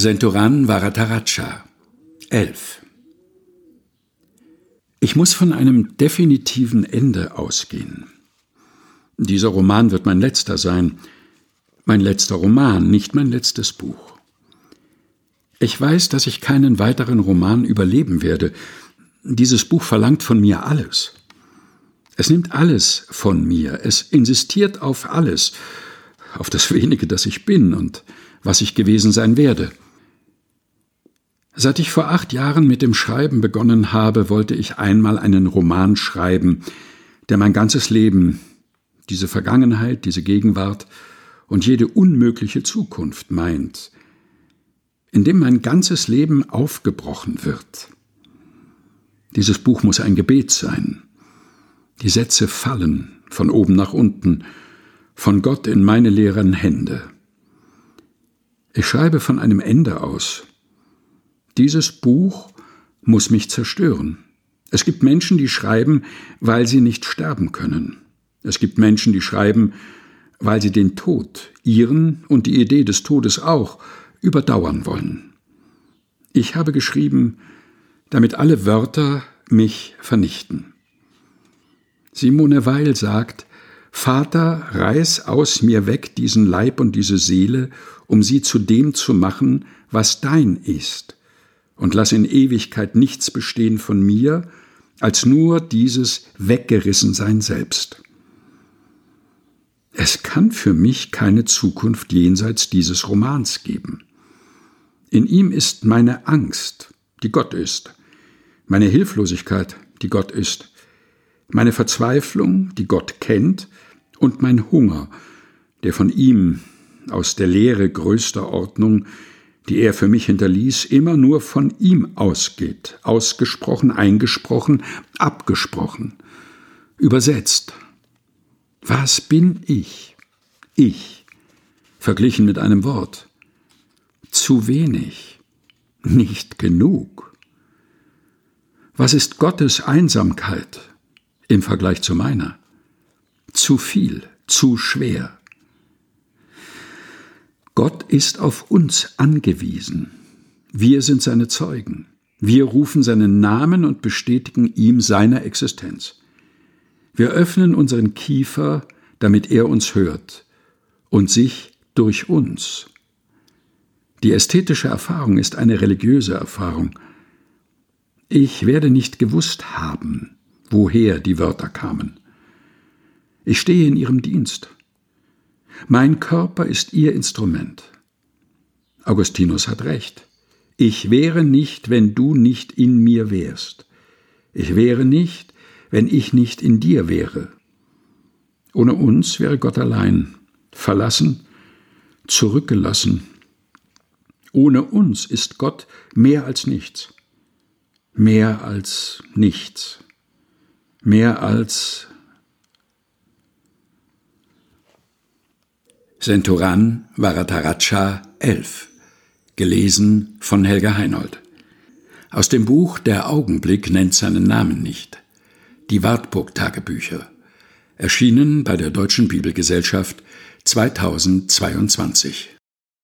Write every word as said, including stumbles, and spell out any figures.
Senturan Varadaraja, elf. Ich muss von einem definitiven Ende ausgehen. Dieser Roman wird mein letzter sein. Mein letzter Roman, nicht mein letztes Buch. Ich weiß, dass ich keinen weiteren Roman überleben werde. Dieses Buch verlangt von mir alles. Es nimmt alles von mir. Es insistiert auf alles, auf das wenige, das ich bin und was ich gewesen sein werde. Seit ich vor acht Jahren mit dem Schreiben begonnen habe, wollte ich einmal einen Roman schreiben, der mein ganzes Leben, diese Vergangenheit, diese Gegenwart und jede unmögliche Zukunft meint, in dem mein ganzes Leben aufgebrochen wird. Dieses Buch muss ein Gebet sein. Die Sätze fallen von oben nach unten, von Gott in meine leeren Hände. Ich schreibe von einem Ende aus. Dieses Buch muss mich zerstören. Es gibt Menschen, die schreiben, weil sie nicht sterben können. Es gibt Menschen, die schreiben, weil sie den Tod, ihren und die Idee des Todes auch, überdauern wollen. Ich habe geschrieben, damit alle Wörter mich vernichten. Simone Weil sagt, Vater, reiß aus mir weg diesen Leib und diese Seele, um sie zu dem zu machen, was dein ist. Und lass in Ewigkeit nichts bestehen von mir, als nur dieses Weggerissensein selbst. Es kann für mich keine Zukunft jenseits dieses Romans geben. In ihm ist meine Angst, die Gott ist, meine Hilflosigkeit, die Gott ist, meine Verzweiflung, die Gott kennt, und mein Hunger, der von ihm aus der Lehre größter Ordnung, die er für mich hinterließ, immer nur von ihm ausgeht, ausgesprochen, eingesprochen, abgesprochen, übersetzt. Was bin ich? Ich, verglichen mit einem Wort. Zu wenig, nicht genug. Was ist Gottes Einsamkeit im Vergleich zu meiner? Zu viel, zu schwer. Gott ist auf uns angewiesen. Wir sind seine Zeugen. Wir rufen seinen Namen und bestätigen ihm seine Existenz. Wir öffnen unseren Kiefer, damit er uns hört und sich durch uns. Die ästhetische Erfahrung ist eine religiöse Erfahrung. Ich werde nicht gewusst haben, woher die Wörter kamen. Ich stehe in ihrem Dienst. Mein Körper ist ihr Instrument. Augustinus hat recht. Ich wäre nicht, wenn du nicht in mir wärst. Ich wäre nicht, wenn ich nicht in dir wäre. Ohne uns wäre Gott allein, verlassen, zurückgelassen. Ohne uns ist Gott mehr als nichts. Mehr als nichts. Mehr als Senturan Varadaraja, elf. Gelesen von Helga Heinold. Aus dem Buch Der Augenblick nennt seinen Namen nicht. Die Wartburg-Tagebücher. Erschienen bei der Deutschen Bibelgesellschaft zweitausendzweiundzwanzig.